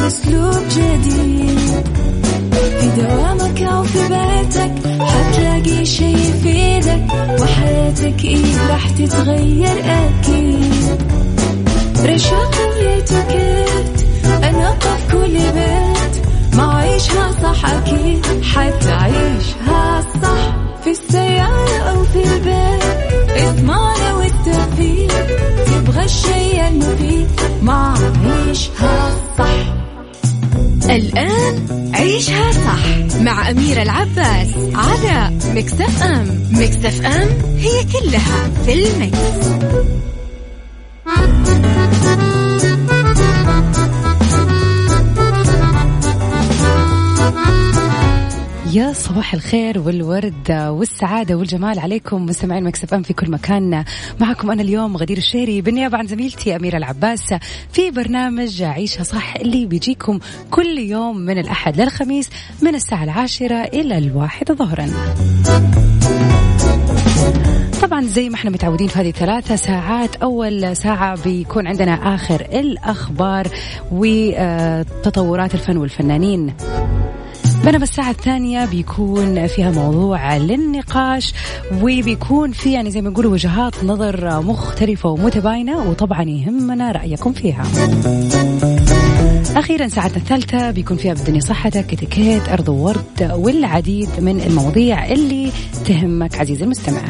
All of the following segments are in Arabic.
بأسلوب جديد. في دوامك أو في بيتك حتلاقي شي يفيدك، وحياتك إيه راح تتغير أكيد. رشاق ويتوكيت أنا قف كل بيت، ما عيشها صح أكيد حتعيشها صح. في السيارة أو في البيت اسمعنا والتوفيق، تبغى الشيء المفيد ما عيشها صح. الآن عيشها صح مع أميرة العباس على ميكس اف ام. ميكس اف ام هي كلها في الميكس. يا صباح الخير والورد والسعادة والجمال عليكم مستمعين ميكس اف ام في كل مكان. معكم أنا اليوم غدير الشهري بالنيابة عن زميلتي أميرة العباس في برنامج عيشها صح اللي بيجيكم كل يوم من الأحد للخميس من الساعة 10 إلى 1 ظهرا. طبعا زي ما احنا متعودين في هذه 3 ساعات، أول ساعة بيكون عندنا آخر الأخبار وتطورات الفن والفنانين، بينما الساعة الثانية بيكون فيها موضوع للنقاش وبيكون في يعني زي ما يقولوا وجهات نظر مختلفة ومتباينة، وطبعا يهمنا رأيكم فيها. أخيرا ساعتنا الثالثة بيكون فيها بدني صحتك، اتيكيت، أرض وورد، والعديد من المواضيع اللي تهمك عزيزي المستمع.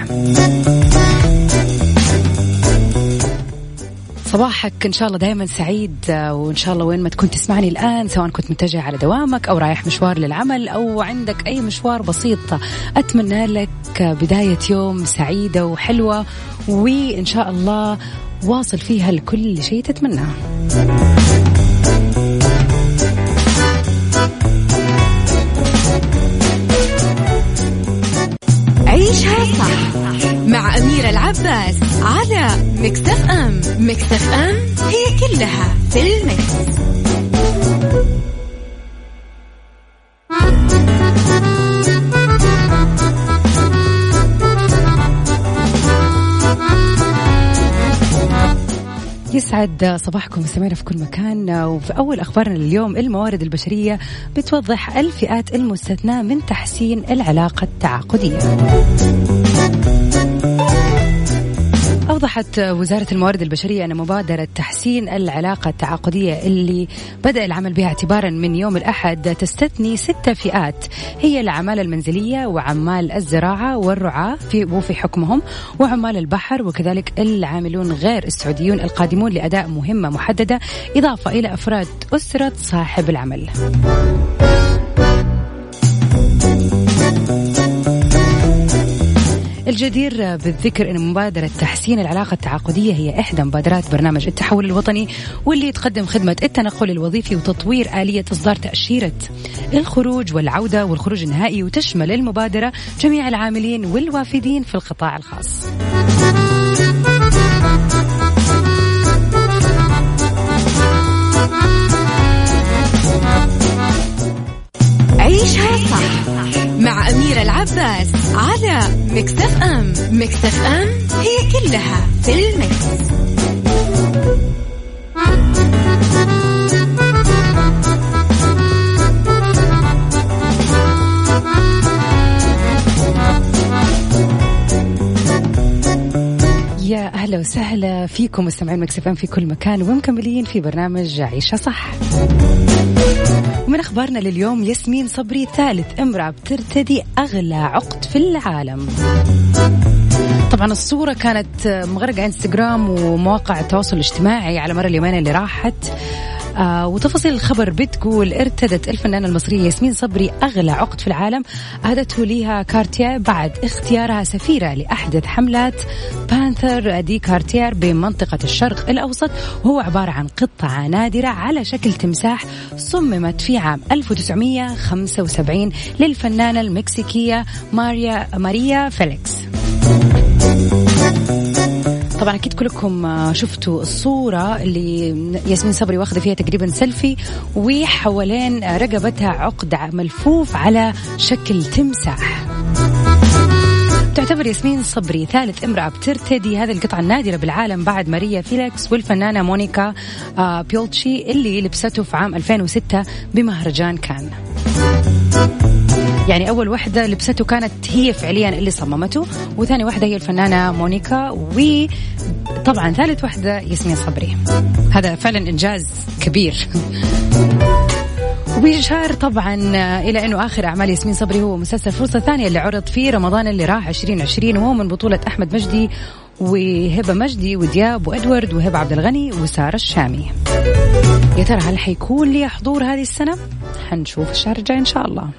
صباحك إن شاء الله دائما سعيد، وإن شاء الله وين ما تكون تسمعني الآن، سواء كنت متجه على دوامك أو رايح مشوار للعمل أو عندك أي مشوار بسيط، أتمنى لك بداية يوم سعيدة وحلوة، وإن شاء الله واصل فيها لكل شيء تتمناه. عيشها صح مع أميرة العباس على ميكس اف ام. ميكس اف ام هي كلها في الميكس. يسعد صباحكم مستمعين في كل مكان. وفي أول أخبارنا اليوم، الموارد البشرية بتوضح الفئات المستثناة من تحسين العلاقة التعاقدية. أوضحت وزارة الموارد البشرية أن مبادرة تحسين العلاقة التعاقدية اللي بدأ العمل بها اعتبارا من يوم الأحد تستثني 6 فئات، هي العمالة المنزلية وعمال الزراعة والرعاة وفي حكمهم، وعمال البحر، وكذلك العاملون غير السعوديون القادمون لأداء مهمة محددة، إضافة إلى أفراد أسرة صاحب العمل. الجدير بالذكر أن مبادرة تحسين العلاقة التعاقدية هي إحدى مبادرات برنامج التحول الوطني، واللي تقدم خدمة التنقل الوظيفي وتطوير آلية إصدار تأشيرة الخروج والعودة والخروج النهائي، وتشمل المبادرة جميع العاملين والوافدين في القطاع الخاص. عيشها صح مع أميرة العباس على ميكس اف ام. ميكس اف ام هي كلها في الميكس. يا أهلا وسهلا فيكم مستمعين ميكس اف ام في كل مكان، ومكملين في برنامج عيشها صح. ومن أخبارنا لليوم، ياسمين صبري ثالث امرأة بترتدي أغلى عقد في العالم. طبعا الصورة كانت مغرقة انستغرام ومواقع التواصل الاجتماعي على مر اليومين اللي راحت. وتفاصيل الخبر بتقول ارتدت الفنانة المصرية ياسمين صبري أغلى عقد في العالم أهدته ليها كارتير بعد اختيارها سفيرة لأحدث حملات بانثر دي كارتير بمنطقة الشرق الأوسط، وهو عبارة عن قطعة نادرة على شكل تمساح صممت في عام 1975 للفنانة المكسيكية ماريا فيليكس. طبعا أكيد كلكم شفتوا الصورة اللي ياسمين صبري واخدة فيها تقريبا سيلفي وحوالين رقبتها عقد ملفوف على شكل تمساح. وتعتبر ياسمين صبري ثالث امرأة بترتدي هذه القطعة النادرة بالعالم بعد ماريا فيليكس والفنانة مونيكا بيولتشي اللي لبسته في عام 2006 بمهرجان كان. يعني أول واحدة لبسته كانت هي فعليا اللي صممته، وثاني واحدة هي الفنانة مونيكا، وطبعا ثالث واحدة ياسمين صبري. هذا فعلا إنجاز كبير. وبيشار طبعا إلى أنه آخر أعمال ياسمين صبري هو مسلسل فرصة ثانية اللي عرض في رمضان اللي راح 2020، وهو من بطولة أحمد مجدي وهبة مجدي ودياب وإدوارد وهبة عبد الغني وسارة الشامي. يا ترى هل حيكون لي حضور هذه السنة؟ حنشوف الشهر الجاي إن شاء الله.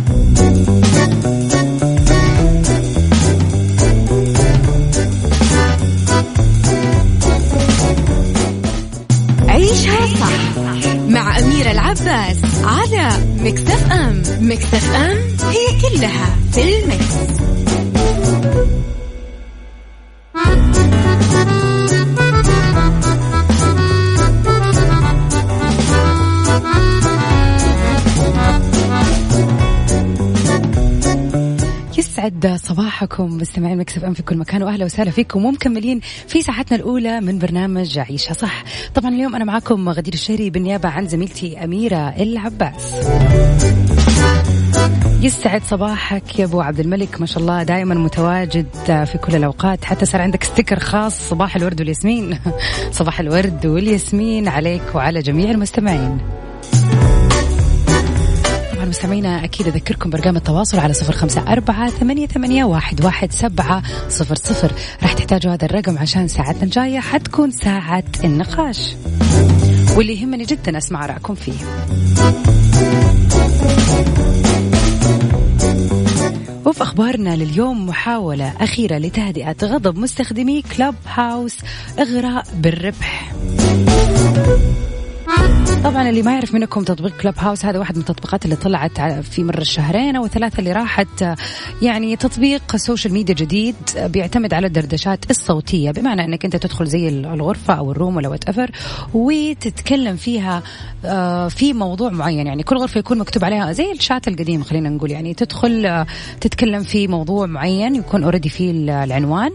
عيشها صح مع أميرة العباس على ميكس اف ام. ميكس اف ام هي كلها في الميكس. يسعد صباحكم مستمعين مكس اف ام في كل مكان، واهلا وسهلا فيكم ومكملين في ساعتنا الاولى من برنامج عيشها صح. طبعا اليوم انا معكم غدير الشهري بالنيابه عن زميلتي اميره العباس. يسعد صباحك يا ابو عبد الملك، ما شاء الله دائما متواجد في كل الاوقات، حتى صار عندك ستيكر خاص صباح الورد والياسمين. صباح الورد والياسمين عليك وعلى جميع المستمعين. مستمعينا أكيد أذكركم برقم التواصل على 0548811700. راح تحتاجوا هذا الرقم عشان ساعتنا الجاية حتكون ساعة النقاش، واللي يهمني جدا أسمع رأيكم فيه. وفي أخبارنا لليوم محاولة أخيرة لتهدئة غضب مستخدمي كلوب هاوس، إغراء بالربح. طبعا اللي ما يعرف منكم تطبيق كلوب هاوس هذا واحد من التطبيقات اللي طلعت في مر الشهرين أو ثلاثة اللي راحت، يعني تطبيق سوشيال ميديا جديد بيعتمد على الدردشات الصوتية، بمعنى أنك أنت تدخل زي الغرفة أو الروم ولا واتأفر وتتكلم فيها في موضوع معين. يعني كل غرفة يكون مكتوب عليها زي الشات القديم خلينا نقول، يعني تدخل تتكلم في موضوع معين يكون أوريدي فيه العنوان،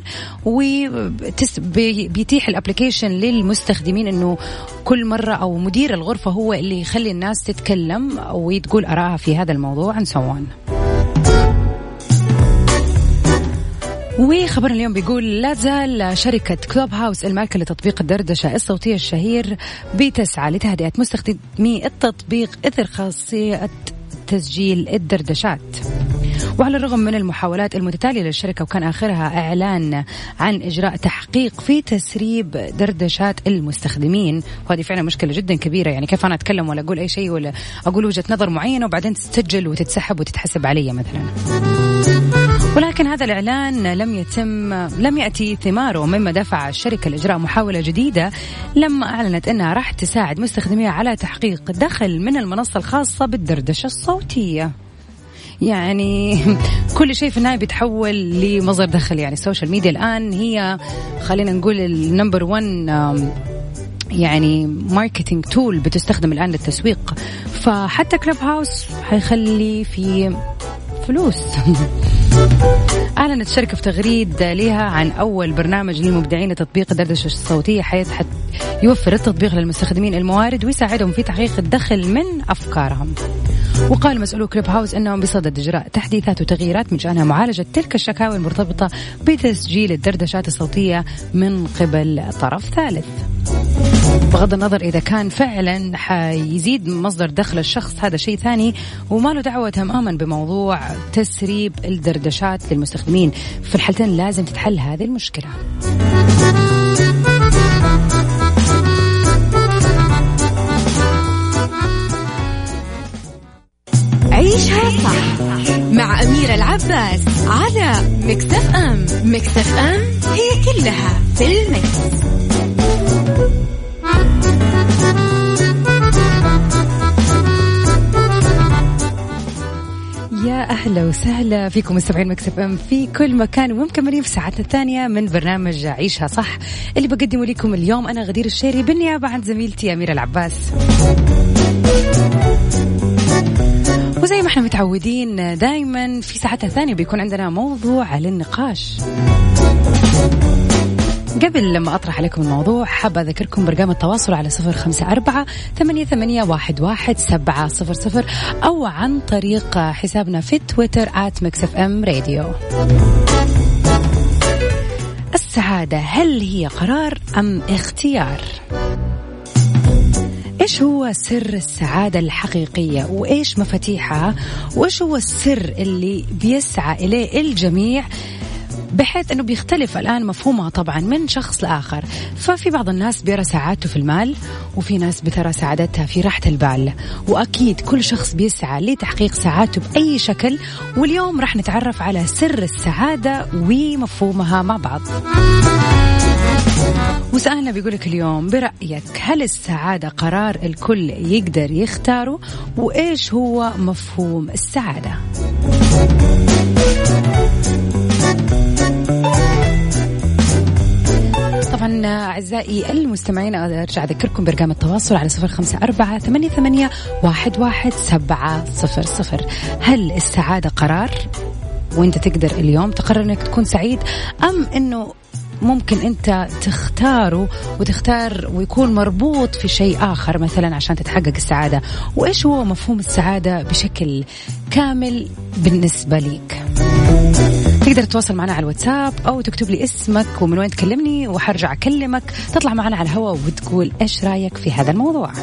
وبيتيح الابليكيشن للمستخدمين أنه كل مرة أو مدير الغرفة هو اللي يخلي الناس تتكلم وتقول آرائها في هذا الموضوع عن سوان. وخبرنا اليوم بيقول لا تزال شركة كلوب هاوس المالكة لتطبيق الدردشة الصوتية الشهير بتسعى لتهدئة مستخدمي التطبيق إثر خاصية تسجيل الدردشات. وعلى الرغم من المحاولات المتتالية للشركة، وكان آخرها إعلان عن إجراء تحقيق في تسريب دردشات المستخدمين، وهذه فعلا مشكلة جدا كبيرة. يعني كيف أنا أتكلم ولا أقول أي شيء ولا أقول وجهة نظر معينة وبعدين تسجل وتتسحب وتتحسب علي مثلا. ولكن هذا الإعلان لم يأتي ثماره، مما دفع الشركة لإجراء محاولة جديدة لما أعلنت أنها راح تساعد مستخدميها على تحقيق دخل من المنصة الخاصة بالدردشة الصوتية. يعني كل شيء في النهاية بيتحول لمصدر دخل. يعني السوشيال ميديا الآن هي خلينا نقول النمبر 1 يعني ماركتينج تول بتستخدم الآن للتسويق، فحتى كلوب هاوس حيخلي في فلوس. أعلنت الشركة في تغريد لها عن أول برنامج للمبدعين لتطبيق الدردشة الصوتية، حيث يوفر التطبيق للمستخدمين الموارد ويساعدهم في تحقيق الدخل من أفكارهم. وقال مسؤولو كلوب هاوس أنهم بصدد إجراء تحديثات وتغييرات من شأنها معالجة تلك الشكاوى المرتبطة بتسجيل الدردشات الصوتية من قبل طرف ثالث. بغض النظر إذا كان فعلا حيزيد مصدر دخل الشخص، هذا شيء ثاني وما له دعوة تماما بموضوع تسريب الدردشات للمستخدمين. في الحالتين لازم تتحل هذه المشكلة. عيشها صح مع أميرة العباس على ميكس اف ام. ميكس اف ام هي كلها في الميكس. يا أهلا وسهلا فيكم مستمعين ميكس اف ام في كل مكان، ومكملين في ساعتنا الثانية من برنامج عيشها صح اللي بقدمه لكم اليوم أنا غدير الشهري بالنيابة عن زميلتي أميرة العباس. وزي ما واحنا متعودين دائما في ساعتها الثانية بيكون عندنا موضوع للنقاش. قبل لما أطرح عليكم الموضوع حابة أذكركم برقم التواصل على 0548811700 أو عن طريق حسابنا في تويتر @mixfmradio. السعادة هل هي قرار أم اختيار؟ إيش هو سر السعادة الحقيقية وإيش مفاتيحها وإيش هو السر اللي بيسعى إليه الجميع، بحيث أنه بيختلف الآن مفهومها طبعا من شخص لآخر. ففي بعض الناس بيرى سعادته في المال، وفي ناس بترى سعادتها في راحة البال، وأكيد كل شخص بيسعى لتحقيق سعادته بأي شكل. واليوم راح نتعرف على سر السعادة ومفهومها مع بعض. وسألنا بيقولك اليوم برأيك هل السعادة قرار الكل يقدر يختاره؟ وإيش هو مفهوم السعادة؟ طبعا أعزائي المستمعين أرجع أذكركم برقم التواصل على 0548811700. هل السعادة قرار وانت تقدر اليوم تقرر انك تكون سعيد، أم انه ممكن أنت تختاره وتختار ويكون مربوط في شيء آخر مثلا عشان تتحقق السعادة؟ وإيش هو مفهوم السعادة بشكل كامل بالنسبة ليك؟ تقدر تتواصل معنا على الواتساب أو تكتب لي اسمك ومن وين تكلمني وحرجع أكلمك، تطلع معنا على الهواء وتقول إيش رأيك في هذا الموضوع.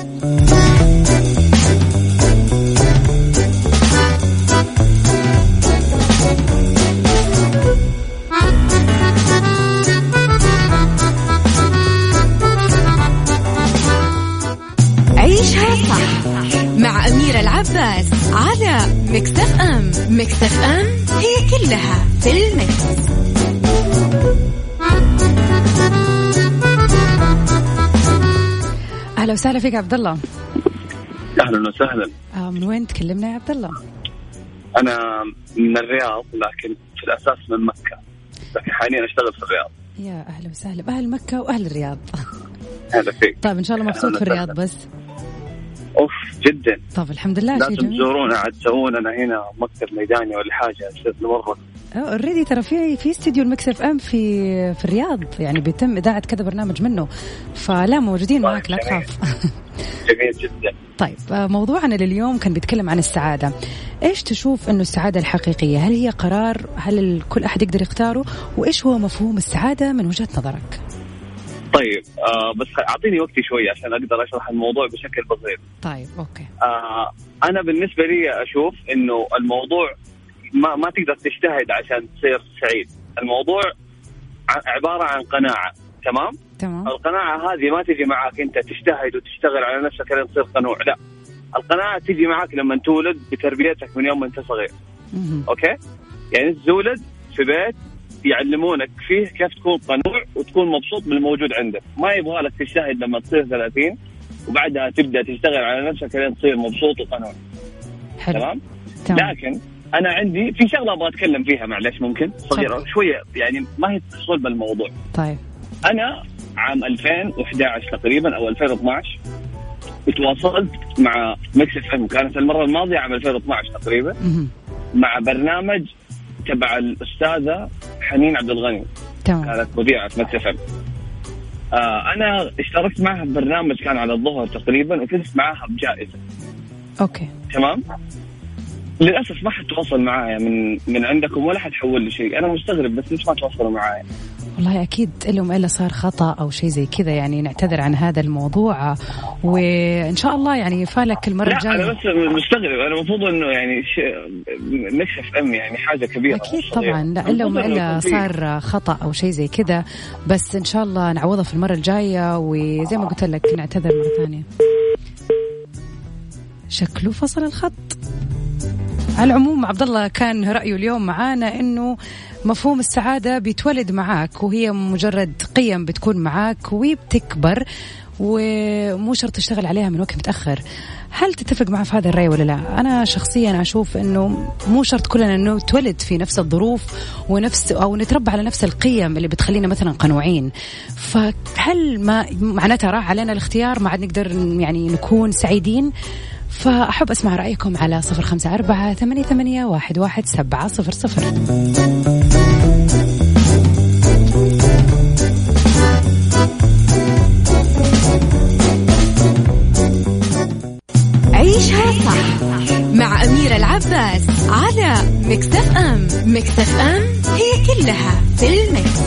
عيشها صح مع أميرة العباس على ميكس اف ام. ميكس اف ام هي كلها في الميكس. أهلا وسهلا فيك عبد الله. أهلا وسهلا. من وين تكلمنا يا عبد الله؟ أنا من الرياض لكن في الأساس من مكة، لكن حاليا أشتغل في الرياض. يا أهلا وسهلا بأهل مكة وأهل الرياض. هذا فيك. طيب إن شاء الله مبسوط في الرياض بس؟ أوف جدا. طب الحمد لله. لازم تزورونا عاد تسووننا هنا مكتب ميداني ولا حاجة مرة. اوريدي ترى في استديو المكس اف ام في الرياض، يعني بيتم إذاعة كذا برنامج منه، فلا موجودين معك لا تخاف. جميل جدا. طيب موضوعنا لليوم كان بيتكلم عن السعادة. إيش تشوف إنه السعادة الحقيقية؟ هل هي قرار؟ هل كل أحد يقدر يختاره؟ وإيش هو مفهوم السعادة من وجهة نظرك؟ طيب بس أعطيني وقتي شوية عشان أقدر أشرح الموضوع بشكل بسيط. طيب أوكي. أنا بالنسبة لي أشوف إنه الموضوع ما تقدر تجتهد عشان تصير سعيد. الموضوع عبارة عن قناعة. تمام. القناعة هذه ما تجي معك أنت تجتهد وتشتغل على نفسك لين تصير قنوع، لا. القناعة تجي معك لما تولد بتربيتك من يوم ما أنت صغير. أوكي. يعني تولد في بيت يعلمونك فيه كيف تكون قنوع وتكون مبسوط بالموجود عندك. ما يبغى لك تجتهد لما تصير 30 وبعدها تبدأ تشتغل على نفسك لين تصير مبسوط وقنوع. تمام. لكن أنا عندي في شغلة أبغى أتكلم فيها، معلش ممكن صغيرة شوية، يعني ما هي صلب الموضوع. طيب. أنا عام 2011 تقريبا أو 2012 تواصلت مع ميكس اف ام، كانت المرة الماضية عام 2012 تقريبا، مع برنامج تبع الأستاذة حنين عبد الغني. كانت مذيعة ميكس اف ام. أنا اشتركت معها ببرنامج كان على الظهر تقريبا وفزت معها بجائزة. أوكي. تمام. للأسف ما حد تواصل معايا من عندكم ولا حد حول لي شيء. أنا مستغرب بس ليش ما تواصلوا معايا؟ والله أكيد إلا صار خطأ أو شيء زي كذا، يعني نعتذر عن هذا الموضوع وإن شاء الله يعني فالك المرة الجاية. لا أنا بس مستغرب، أنا المفروض إنه يعني نكشف أم يعني حاجة كبيرة. أكيد طبعا، لا إلا صار خطأ أو شيء زي كذا، بس إن شاء الله نعوضه في المرة الجاية. وزي ما قلت لك نعتذر مرة ثانية. شكله فصل الخط. على العموم عبد الله كان رأيه اليوم معانا إنه مفهوم السعادة بيتولد معاك، وهي مجرد قيم بتكون معاك وبتكبر ومو شرط تشتغل عليها من وقت متأخر. هل تتفق معه في هذا الرأي ولا لا؟ أنا شخصيا أشوف إنه مو شرط كلنا إنه تولد في نفس الظروف ونفس أو نتربى على نفس القيم اللي بتخلينا مثلا قنوعين. فهل ما معناتها راح علينا الاختيار ما عاد نقدر يعني نكون سعيدين؟ فأحب أسمع رأيكم على 0548811700. عيشها صح مع أميرة العباس على ميكس اف ام. ميكس اف ام هي كلها في الميكس.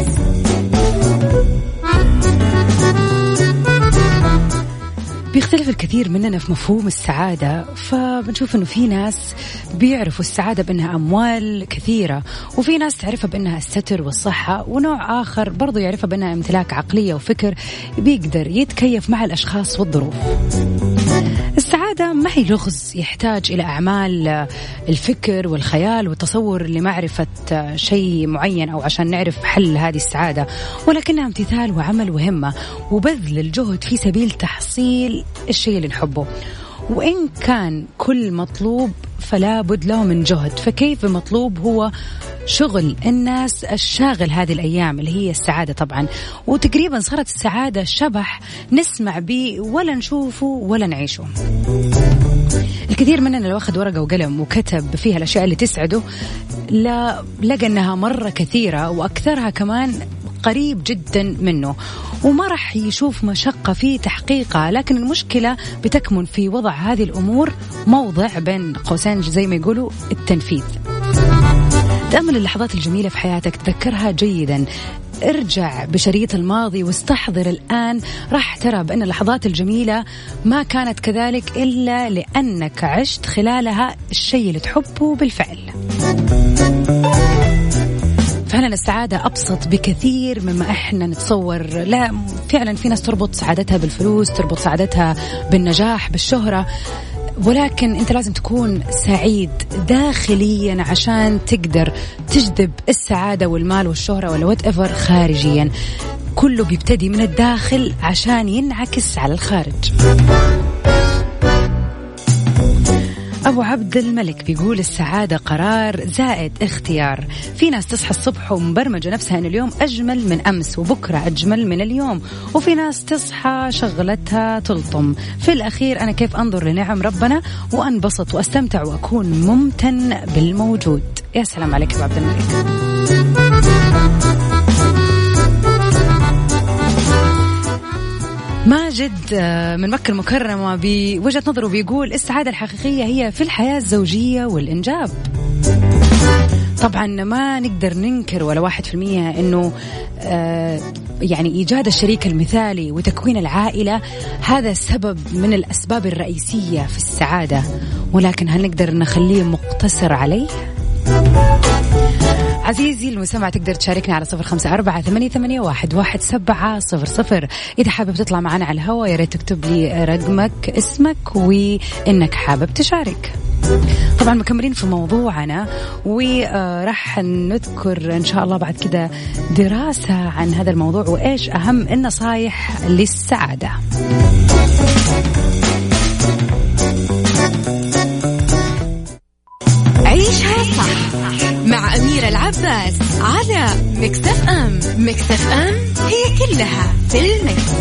بيختلف الكثير مننا في مفهوم السعادة، فبنشوف أنه في ناس بيعرفوا السعادة بأنها أموال كثيرة، وفي ناس تعرفها بأنها الستر والصحة، ونوع آخر برضو يعرفها بأنها امتلاك عقلية وفكر بيقدر يتكيف مع الأشخاص والظروف. السعادة ما هي لغز يحتاج إلى أعمال الفكر والخيال والتصور لمعرفة شيء معين أو عشان نعرف حل هذه السعادة، ولكنها امتثال وعمل وهمة وبذل الجهد في سبيل تحصيل الشيء اللي نحبه. وإن كان كل مطلوب فلا بد له من جهد، فكيف مطلوب هو شغل الناس الشاغل هذه الأيام اللي هي السعادة طبعا. وتقريبا صارت السعادة شبح نسمع به ولا نشوفه ولا نعيشه. الكثير مننا لو أخذ ورقة وقلم وكتب فيها الأشياء اللي تسعده لقى أنها مرة كثيرة، وأكثرها كمان قريب جدا منه، وما راح يشوف مشقة في تحقيقها. لكن المشكلة بتكمن في وضع هذه الأمور موضع بين قوسين زي ما يقولوا التنفيذ. تأمل اللحظات الجميلة في حياتك، تذكرها جيدا، ارجع بشريط الماضي واستحضر الآن، راح ترى بأن اللحظات الجميلة ما كانت كذلك إلا لأنك عشت خلالها الشيء اللي تحبه بالفعل. فعلا السعادة أبسط بكثير مما إحنا نتصور. لا فعلا في ناس تربط سعادتها بالفلوس، تربط سعادتها بالنجاح بالشهرة، ولكن أنت لازم تكون سعيد داخليا عشان تقدر تجذب السعادة والمال والشهرة ولا whatever خارجيا. كله بيبتدي من الداخل عشان ينعكس على الخارج. أبو عبد الملك بيقول السعادة قرار زائد اختيار. في ناس تصحى الصبح ومبرمجة نفسها أن اليوم أجمل من أمس وبكرة أجمل من اليوم، وفي ناس تصحى شغلتها تلطم. في الأخير أنا كيف أنظر لنعم ربنا وأنبسط وأستمتع وأكون ممتن بالموجود. يا سلام عليك أبو عبد الملك. ماجد من مكة المكرمة بوجهة نظره بيقول السعادة الحقيقية هي في الحياة الزوجية والإنجاب. طبعا ما نقدر ننكر ولا 1% أنه يعني إيجاد الشريك المثالي وتكوين العائلة هذا سبب من الأسباب الرئيسية في السعادة، ولكن هل نقدر نخليه مقتصر عليه؟ عزيزي المستمع تقدر تشاركنا على 0548811700. إذا حابب تطلع معنا على الهواء يا ريت تكتب لي رقمك اسمك وإنك حابب تشارك. طبعا مكملين في موضوعنا وراح نذكر إن شاء الله بعد كده دراسة عن هذا الموضوع وإيش أهم النصائح للسعادة. عيشها صح مع أميرة العباس على ميكس اف ام. ميكس اف ام هي كلها في الميكس.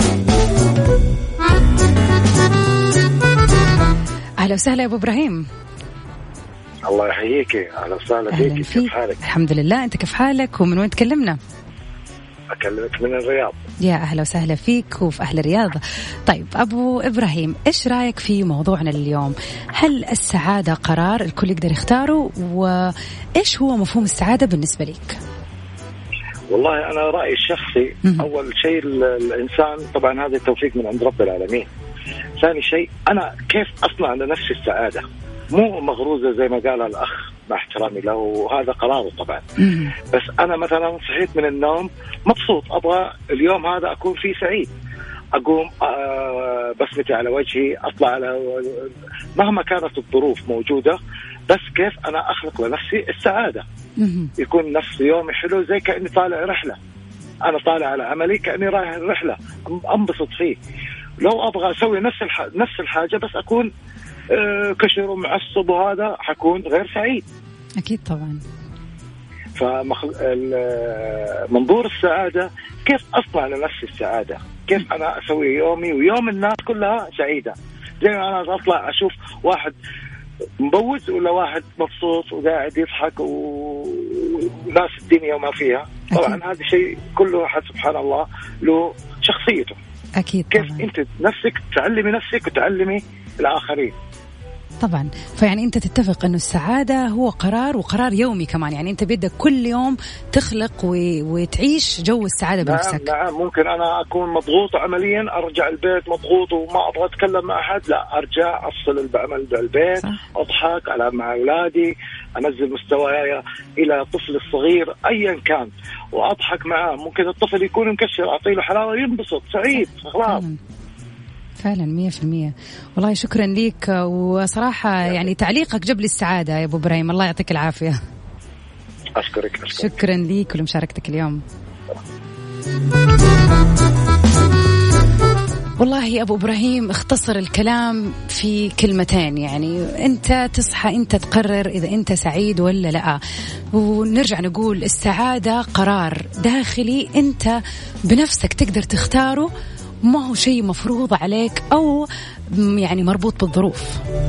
أهلا وسهلا يا أبو إبراهيم. الله يحييكي. أهلا وسهلا فيك. كيف حالك؟ الحمد لله. أنت كيف حالك ومن وين تكلمنا؟ أكلمك من الرياض. يا أهلا وسهلا فيك وفي أهل الرياض. طيب أبو إبراهيم، إيش رأيك في موضوعنا اليوم؟ هل السعادة قرار الكل يقدر يختاره؟ وإيش هو مفهوم السعادة بالنسبة لك؟ والله أنا رأيي الشخصي أول شيء الإنسان طبعا هذا التوفيق من عند رب العالمين. ثاني شيء أنا كيف أصنع لنفسي السعادة، مو مغروزة زي ما قال الأخ مع احترامي له وهذا قراره طبعا. بس أنا مثلا صحيت من النوم مبسوط، أبغى اليوم هذا أكون فيه سعيد، أقوم بسمتي على وجهي، أطلع على مهما كانت الظروف موجودة، بس كيف أنا أخلق لنفسي السعادة. يكون نفس يومي حلو زي كأني طالع رحلة، أنا طالع على عملي كأني رايح الرحلة أنبسط فيه. لو أبغى أسوي نفس الحاجة بس أكون كشر ومعصب وهذا حكون غير سعيد. أكيد طبعا. فمنظور السعادة كيف أصنع لنفسي السعادة، كيف أنا أسوي يومي ويوم الناس كلها سعيدة. زي أنا أطلع أشوف واحد مبوز ولا واحد مبسوط وقاعد يضحك وناس الدنيا وما فيها. طبعا هذا شيء كل واحد سبحان الله له شخصيته. أكيد. كيف طبعاً. أنت نفسك تعلمي نفسك وتعلمي الآخرين. طبعا. فيعني أنت تتفق أنه السعادة هو قرار، وقرار يومي كمان، يعني أنت بدك كل يوم تخلق وتعيش جو السعادة بنفسك. نعم. ممكن أنا أكون مضغوط عمليا، أرجع البيت مضغوط وما أبغى أتكلم مع أحد، لا أرجع أفصل بعمل بالبيت، أضحك، ألعب مع أولادي، أنزل مستواي إلى طفل الصغير أيا كان وأضحك معه. ممكن الطفل يكون مكشر، أعطيله حلاوة ينبسط سعيد خلاص. فعلا 100%. والله شكرا لك، وصراحة يعني تعليقك جاب لي السعادة يا أبو إبراهيم، الله يعطيك العافية. أشكرك. شكرا لك ولمشاركتك اليوم. والله يا أبو إبراهيم اختصر الكلام في كلمتين، يعني أنت تصحى أنت تقرر إذا أنت سعيد ولا لا. ونرجع نقول السعادة قرار داخلي أنت بنفسك تقدر تختاره، ما هو شيء مفروض عليك أو يعني مربوط بالظروف.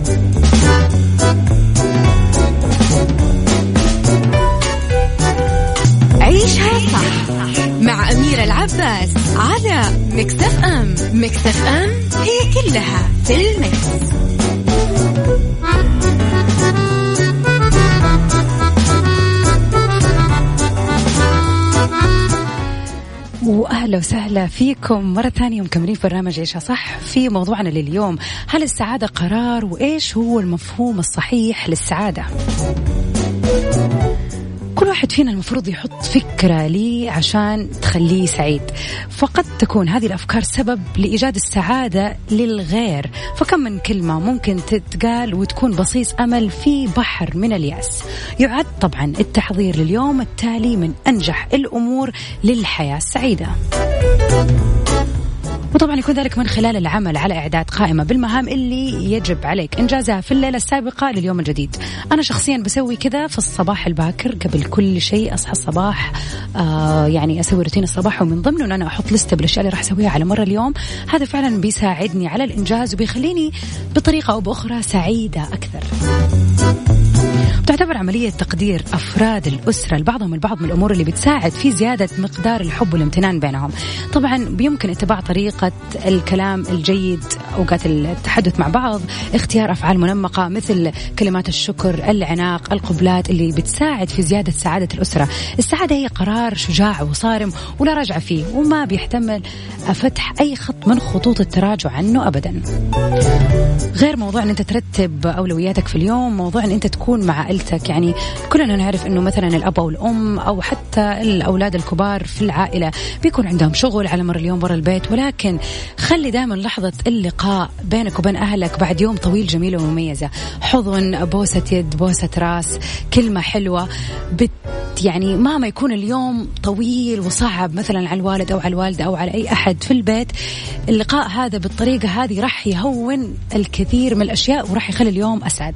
عيشها صح مع أميرة العباس على ميكس اف ام. ميكس اف ام هي كلها في الميكس. وأهلا وسهلا فيكم مرة ثانية، مكملين في برنامج عيشها صح. في موضوعنا لليوم، هل السعادة قرار؟ وإيش هو المفهوم الصحيح للسعادة؟ كل واحد فينا المفروض يحط فكرة لي عشان تخليه سعيد، فقد تكون هذه الأفكار سبب لإيجاد السعادة للغير. فكم من كلمة ممكن تتقال وتكون بصيص أمل في بحر من اليأس. يعد طبعا التحضير لليوم التالي من أنجح الأمور للحياة السعيدة، وطبعا يكون ذلك من خلال العمل على إعداد قائمة بالمهام اللي يجب عليك إنجازها في الليلة السابقة لليوم الجديد. أنا شخصيا بسوي كذا في الصباح الباكر، قبل كل شيء أصحى الصباح يعني أسوي روتين الصباح، ومن ضمنه أن أنا أحط لستة بالأشياء اللي راح أسويها على مر اليوم. هذا فعلا بيساعدني على الإنجاز وبيخليني بطريقة أو بأخرى سعيدة أكثر. تعتبر عملية تقدير أفراد الأسرة لبعضهم البعض من الأمور اللي بتساعد في زيادة مقدار الحب والامتنان بينهم. طبعا بيمكن اتباع طريقة الكلام الجيد، أوقات التحدث مع بعض، اختيار أفعال منمقة مثل كلمات الشكر، العناق، القبلات، اللي بتساعد في زيادة سعادة الأسرة. السعادة هي قرار شجاع وصارم ولا رجع فيه، وما بيحتمل فتح أي خط من خطوط التراجع عنه أبدا. غير موضوع أن أنت ترتب أولوياتك في اليوم، موضوع أن أنت تكون مع عائلتك. يعني كلنا نعرف أنه مثلا الأب أو الأم أو حتى الأولاد الكبار في العائلة بيكون عندهم شغل على مر اليوم برا البيت، ولكن خلي دائما لحظة اللقاء بينك وبين أهلك بعد يوم طويل جميلة ومميزة. حضن، بوسة يد، بوسة راس، كلمة حلوة، يعني مهما يكون اليوم طويل وصعب مثلا على الوالد أو على الوالدة أو على أي أحد في البيت، اللقاء هذا بالطريقة هذه راح يهون الكثير من الأشياء وراح يخلي اليوم أسعد.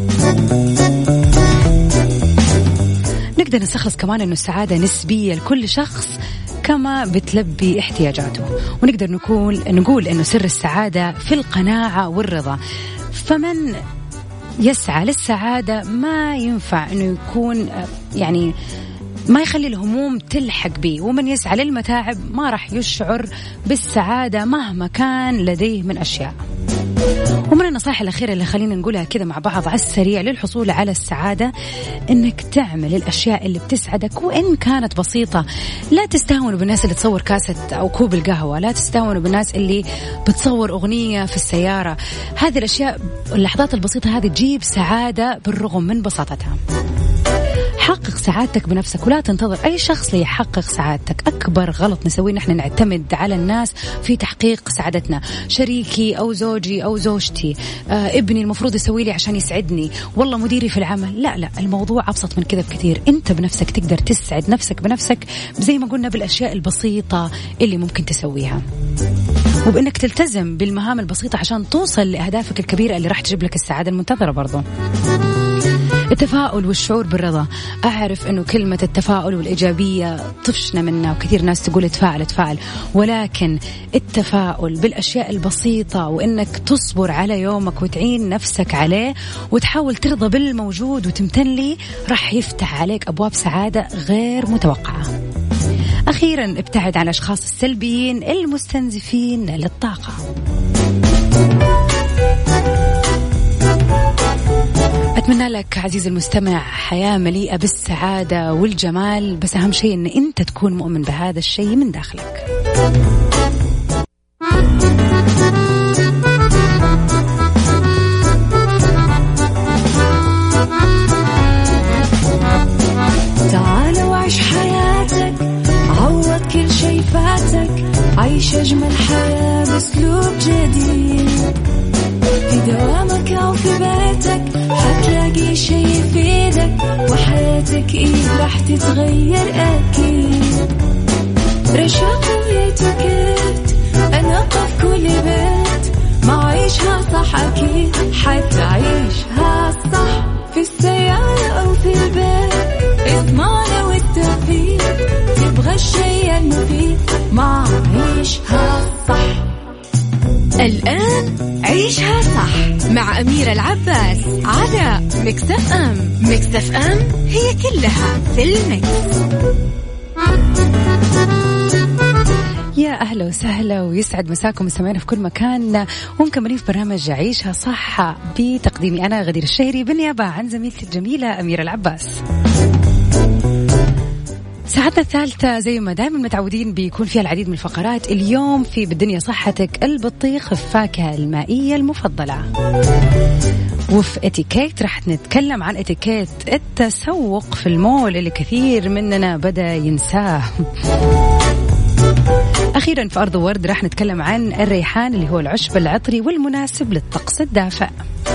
نقدر نستخلص كمان أنه السعادة نسبية لكل شخص كما بتلبي احتياجاته، ونقدر نقول أنه سر السعادة في القناعة والرضا. فمن يسعى للسعادة ما ينفع أنه يكون يعني ما يخلي الهموم تلحق به، ومن يسعى للمتاعب ما راح يشعر بالسعادة مهما كان لديه من أشياء. ومن النصائح الأخيرة اللي خلينا نقولها كذا مع بعض على السريع للحصول على السعادة، إنك تعمل الأشياء اللي بتسعدك وإن كانت بسيطة. لا تستهونوا بالناس اللي تصور كاسة أو كوب القهوة، لا تستهونوا بالناس اللي بتصور أغنية في السيارة. هذه الأشياء، اللحظات البسيطة هذه تجيب سعادة بالرغم من بساطتها. حقق سعادتك بنفسك ولا تنتظر أي شخص ليحقق سعادتك. أكبر غلط نسويه نحن نعتمد على الناس في تحقيق سعادتنا. شريكي أو زوجي أو زوجتي، ابني المفروض يسوي لي عشان يسعدني، والله مديري في العمل. لا، الموضوع أبسط من كذا بكثير. أنت بنفسك تقدر تسعد نفسك بنفسك زي ما قلنا بالأشياء البسيطة اللي ممكن تسويها، وبأنك تلتزم بالمهام البسيطة عشان توصل لأهدافك الكبيرة اللي راح تجيب لك السعادة المنتظرة برضو. التفاؤل والشعور بالرضا. أعرف أنه كلمة التفاؤل والإيجابية طفشنا منها وكثير ناس تقول اتفائل، ولكن التفاؤل بالأشياء البسيطة وإنك تصبر على يومك وتعين نفسك عليه وتحاول ترضى بالموجود وتمتن لي راح يفتح عليك أبواب سعادة غير متوقعة. أخيرا ابتعد عن الأشخاص السلبيين المستنزفين للطاقة. أتمنى لك عزيزي المستمع حياة مليئة بالسعادة والجمال، بس أهم شيء أن أنت تكون مؤمن بهذا الشيء من داخلك. تعال وعيش حياتك، عوض كل شيء فاتك، عيش أجمل حياة بأسلوب جديد. في دوامك أو في بيتك حتلاقي شي يفيدك، وحياتك إيه راح تتغير أكيد. رشاق ويتوكيت أنا قف كل بيت، ما عيشها صح أكيد حتعيشها صح. في السيارة أو في البيت اسمعنا والتوفيق، تبغى الشي المفيد ما عيشها صح. الآن عيشها صح مع أميرة العباس على ميكس اف ام. ميكس اف ام هي كلها في الميكس. يا أهلا وسهلا ويسعد مساكم مستمعين في كل مكان، ومكملين في برنامج عيشها صح بتقديمي أنا غدير الشهري بالنيابة عن زميلتي الجميلة أميرة العباس. ساعتنا الثالثة زي ما دائما متعودين بيكون فيها العديد من الفقرات. اليوم في بالدنيا صحتك البطيخ الفاكهة المائية المفضلة، وفي اتيكيت راح نتكلم عن اتيكيت التسوق في المول اللي كثير مننا بدأ ينساه. أخيرا في أرض ورد راح نتكلم عن الريحان اللي هو العشب العطري والمناسب للطقس الدافئ.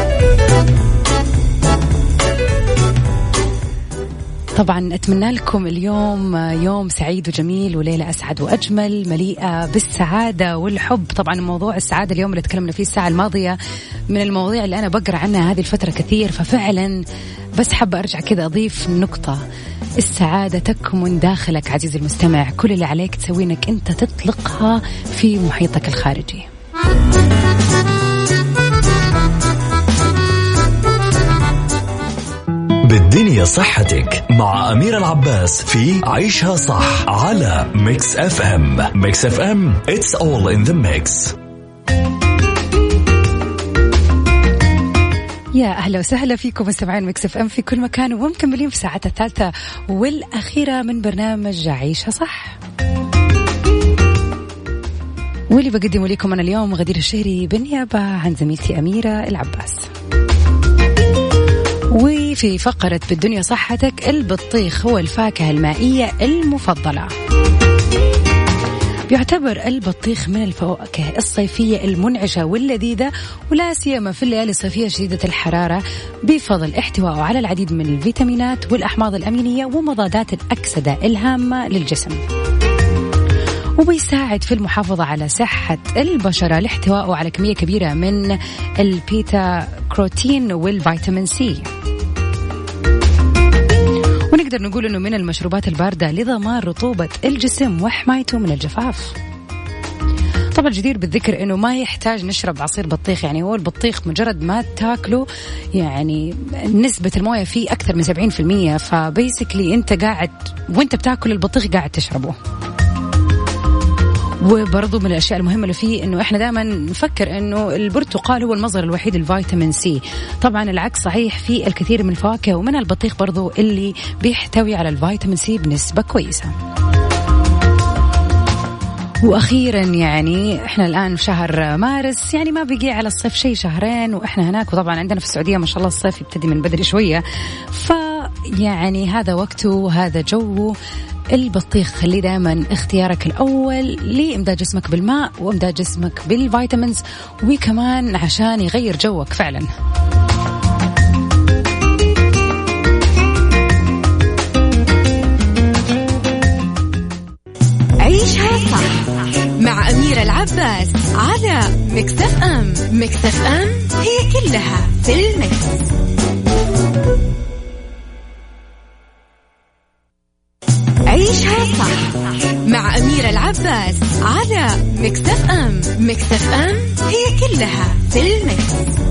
طبعا أتمنى لكم اليوم يوم سعيد وجميل وليلة أسعد وأجمل مليئة بالسعادة والحب. طبعا موضوع السعادة اليوم اللي تكلمنا فيه الساعة الماضية من المواضيع اللي أنا بقرأ عنها هذه الفترة كثير، ففعلا بس حابة أرجع كذا أضيف نقطة. السعادة تكمن داخلك عزيزي المستمع، كل اللي عليك تسويه إنك أنت تطلقها في محيطك الخارجي. بالدنيا صحتك مع أميرة العباس في عيشها صح على ميكس اف ام. ميكس اف ام it's all in the mix. يا أهلا وسهلا فيكم مستمعين ميكس اف ام في كل مكان، ومكملين في ساعتها الثالثة والأخيرة من برنامج عيشها صح، واللي بقدمه لكم أنا اليوم غدير الشهري بالنيابة عن زميلتي أميرة العباس. وفي فقرة بالدنيا صحتك البطيخ هو الفاكهة المائية المفضلة. بيعتبر البطيخ من الفواكه الصيفية المنعشة واللذيذة، ولا سيما في الليالي الصيفية شديدة الحرارة، بفضل احتوائه على العديد من الفيتامينات والأحماض الأمينية ومضادات الأكسدة الهامة للجسم. وبيساعد في المحافظة على صحة البشرة لاحتوائه على كمية كبيرة من البيتا كروتين والفيتامين سي. ونقدر نقول أنه من المشروبات الباردة لضمان رطوبة الجسم وحمايته من الجفاف. طبعا جدير بالذكر أنه ما يحتاج نشرب عصير بطيخ، يعني هو البطيخ مجرد ما تاكله يعني نسبة الموية فيه أكثر من 70%، فبيسكلي أنت قاعد وأنت بتاكل البطيخ قاعد تشربه. وبرضو من الأشياء المهمة اللي فيه إنه إحنا دائما نفكر إنه البرتقال هو المصدر الوحيد للفيتامين سي. طبعا العكس صحيح، في الكثير من الفواكه ومنها البطيخ برضو اللي بيحتوي على الفيتامين سي بنسبة كويسة. وأخيرا يعني إحنا الآن في شهر مارس، يعني ما بقي على الصيف شيء، شهرين وإحنا هناك. وطبعا عندنا في السعودية ما شاء الله الصيف يبتدي من بدري شوية، فيعني هذا وقته وهذا جوه. البطيخ خليه دائما اختيارك الأول لإمداد جسمك بالماء وإمداد جسمك بالفيتامينز، وكمان عشان يغير جوك فعلا. عيشها صح مع أميرة العباس على ميكس اف ام. ميكس اف ام هي كلها في الميكس. صح مع أميرة العباس على ميكس اف ام. ميكس اف ام هي كلها في الميكس.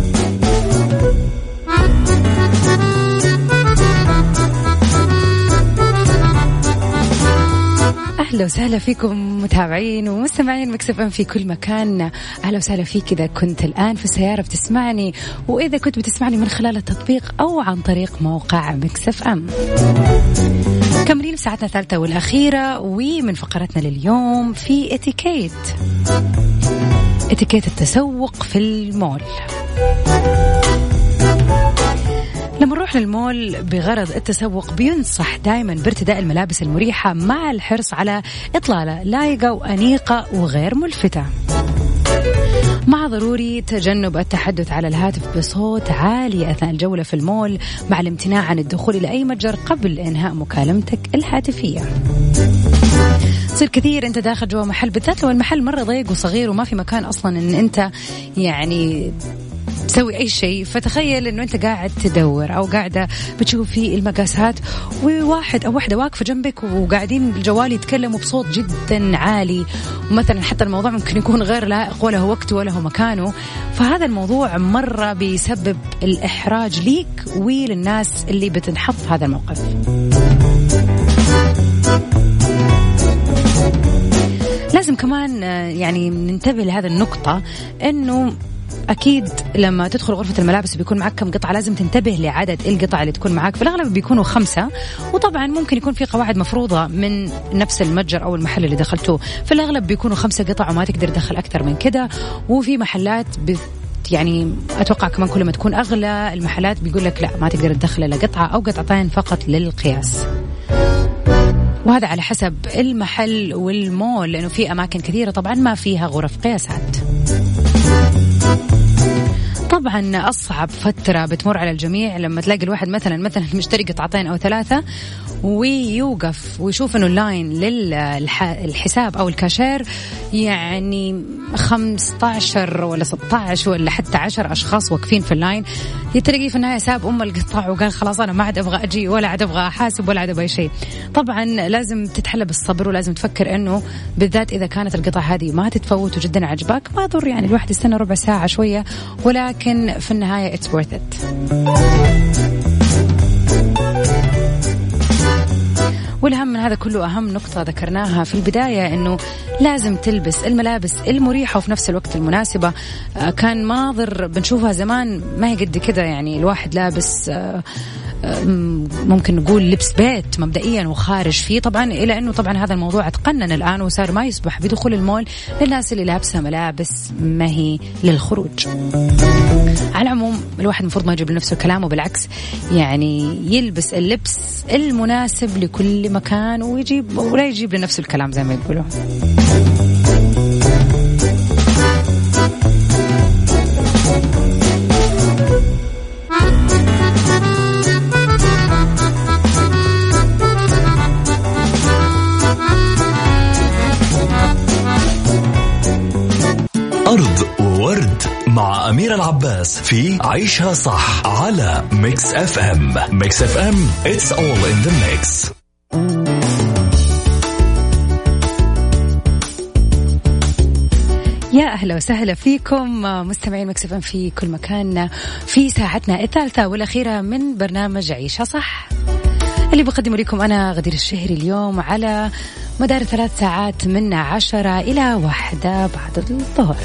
أهلا وسهلا فيكم متابعين ومستمعين ميكس اف ام في كل مكان. أهلا وسهلا فيك إذا كنت الآن في السيارة بتسمعني، وإذا كنت بتسمعني من خلال التطبيق أو عن طريق موقع ميكس اف ام. كملين في ساعتنا الثالثة والأخيرة، ومن فقرتنا لليوم في اتيكيت التسوق في المول. لما نروح للمول بغرض التسوق بينصح دائما بارتداء الملابس المريحة مع الحرص على إطلالة لايقة وأنيقة وغير ملفتة، مع ضروري تجنب التحدث على الهاتف بصوت عالي أثناء الجولة في المول، مع الامتناع عن الدخول إلى أي متجر قبل إنهاء مكالمتك الهاتفية. تصير كثير أنت داخل جوا محل، بالذات لو المحل مرة ضيق وصغير وما في مكان أصلا إن أنت يعني تسوي أي شيء، فتخيل إنه أنت قاعد تدور أو قاعدة بتشوف في المقاسات وواحد أو واحدة واقفة جنبك وقاعدين بالجوال يتكلموا بصوت جدا عالي، ومثلا حتى الموضوع ممكن يكون غير لائق ولا هو وقته ولا هو مكانه، فهذا الموضوع مرة بيسبب الإحراج ليك وللناس اللي بتنحط في هذا الموقف. لازم كمان يعني ننتبه لهذا النقطة، إنه أكيد لما تدخل غرفة الملابس بيكون معك كم قطعة، لازم تنتبه لعدد القطع اللي تكون معك. في الأغلب بيكونوا 5، وطبعا ممكن يكون في قواعد مفروضة من نفس المتجر أو المحل اللي دخلتوه. في الأغلب بيكونوا 5 قطع وما تقدر تدخل أكثر من كده. وفي محلات يعني أتوقع كمان كل ما تكون أغلى المحلات بيقول لك لا، ما تقدر تدخل إلا قطعة أو قطعتين فقط للقياس، وهذا على حسب المحل والمول، لأنه في أماكن كثيرة طبعا ما فيها غرف قياسات. طبعا أصعب فترة بتمر على الجميع لما تلاقي الواحد مثلا مشتري قطعتين أو 3 ويوقف ويشوف إنه اللاين للحساب أو الكاشير يعني 15 ولا 16 ولا حتى 10 أشخاص واقفين في اللاين، يتلاقي في النهاية ساب القطع وقال خلاص أنا ما عاد أبغى أجي ولا عاد أبغى أحاسب ولا عاد أبغى شيء. طبعا لازم تتحلى بالصبر، ولازم تفكر إنه بالذات إذا كانت القطع هذه ما تتفوت وجدا عجبك ما ضر، يعني الواحد يستنى ربع ساعة شوية، ولكن في النهاية it's worth it. والأهم من هذا كله أهم نقطة ذكرناها في البداية، إنه لازم تلبس الملابس المريحة وفي نفس الوقت المناسبة. كان مناظر بنشوفها زمان ما هي قد كده، يعني الواحد لابس ممكن نقول لبس بيت مبدئيا وخارج فيه، طبعا إلى أنه طبعا هذا الموضوع اتقنن الآن وصار ما يسمح بدخول المول للناس اللي لابسة ملابس ما هي للخروج. على العموم الواحد المفروض ما يجيب لنفسه كلام، وبالعكس يعني يلبس اللبس المناسب لكل مكان ويجيب ولا يجيب لنفسه الكلام زي ما يقولوا. أرض وورد مع أميرة العباس في عيشها صح على ميكس اف ام. ميكس اف ام it's all in the mix. يا أهلا وسهلا فيكم مستمعين ميكس اف ام في كل مكان في ساعتنا الثالثة والأخيرة من برنامج عيشها صح، اللي بقدم لكم أنا غدير الشهري اليوم على مدار 3 ساعات من 10 إلى 1 بعد الظهر.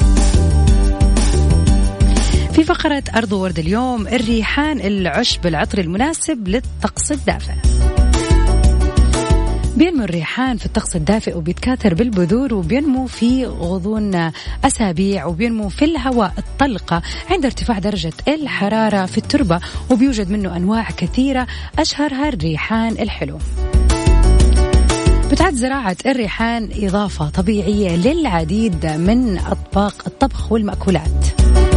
في فقرة أرض وورد اليوم، الريحان العشب العطري المناسب للطقس الدافئ. بينمو الريحان في الطقس الدافئ وبيتكاثر بالبذور وبينمو في غضون أسابيع، وبينمو في الهواء الطلقة عند ارتفاع درجة الحرارة في التربة، وبيوجد منه أنواع كثيرة أشهرها الريحان الحلو. بتعد زراعة الريحان إضافة طبيعية للعديد من أطباق الطبخ والمأكولات،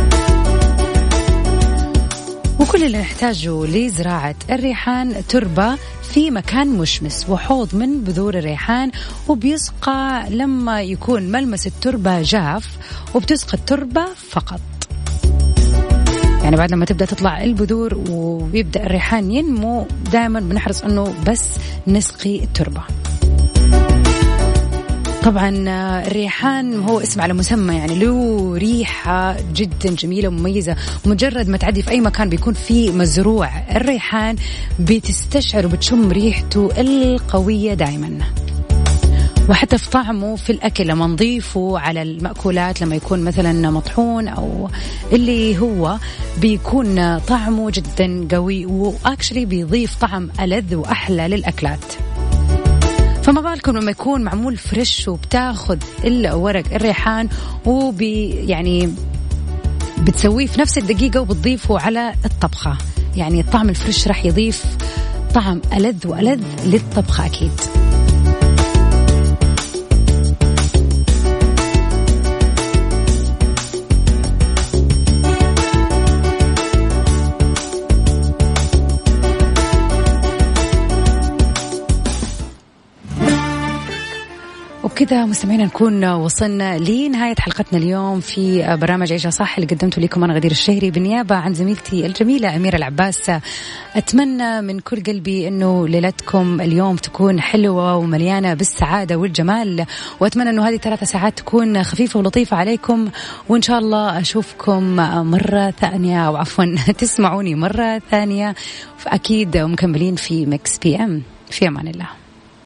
وكل اللي نحتاجه لزراعة الريحان تربة في مكان مشمس وحوض من بذور الريحان، وبيسقى لما يكون ملمس التربة جاف، وبتسقى التربة فقط. يعني بعد لما تبدأ تطلع البذور ويبدأ الريحان ينمو دائما بنحرص أنه بس نسقي التربة. طبعا الريحان هو اسم على مسمى، يعني له ريحة جدا جميلة ومميزة. مجرد ما تعدي في أي مكان بيكون فيه مزروع الريحان بتستشعر وبتشم ريحته القوية دائما. وحتى في طعمه في الأكل لما نضيفه على المأكولات، لما يكون مثلا مطحون أو اللي هو بيكون طعمه جدا قوي، وأكشلي بيضيف طعم ألذ وأحلى للأكلات. فما بالكم لما يكون معمول فريش وبتاخذ ورق الريحان يعني بتسويه في نفس الدقيقة وبتضيفه على الطبخة، يعني الطعم الفريش راح يضيف طعم ألذ وألذ للطبخة أكيد. وكذا مستمعينا نكون وصلنا لنهاية حلقتنا اليوم في برنامج عيشها صح اللي قدمته لكم أنا غدير الشهري بالنيابة عن زميلتي الجميلة أميرة العباس. أتمنى من كل قلبي أنه ليلتكم اليوم تكون حلوة ومليانة بالسعادة والجمال، وأتمنى أنه هذه 3 ساعات تكون خفيفة ولطيفة عليكم، وإن شاء الله أشوفكم مرة ثانية، أو عفوا تسمعوني مرة ثانية، فأكيد مكملين في ميكس بي أم. في أمان الله.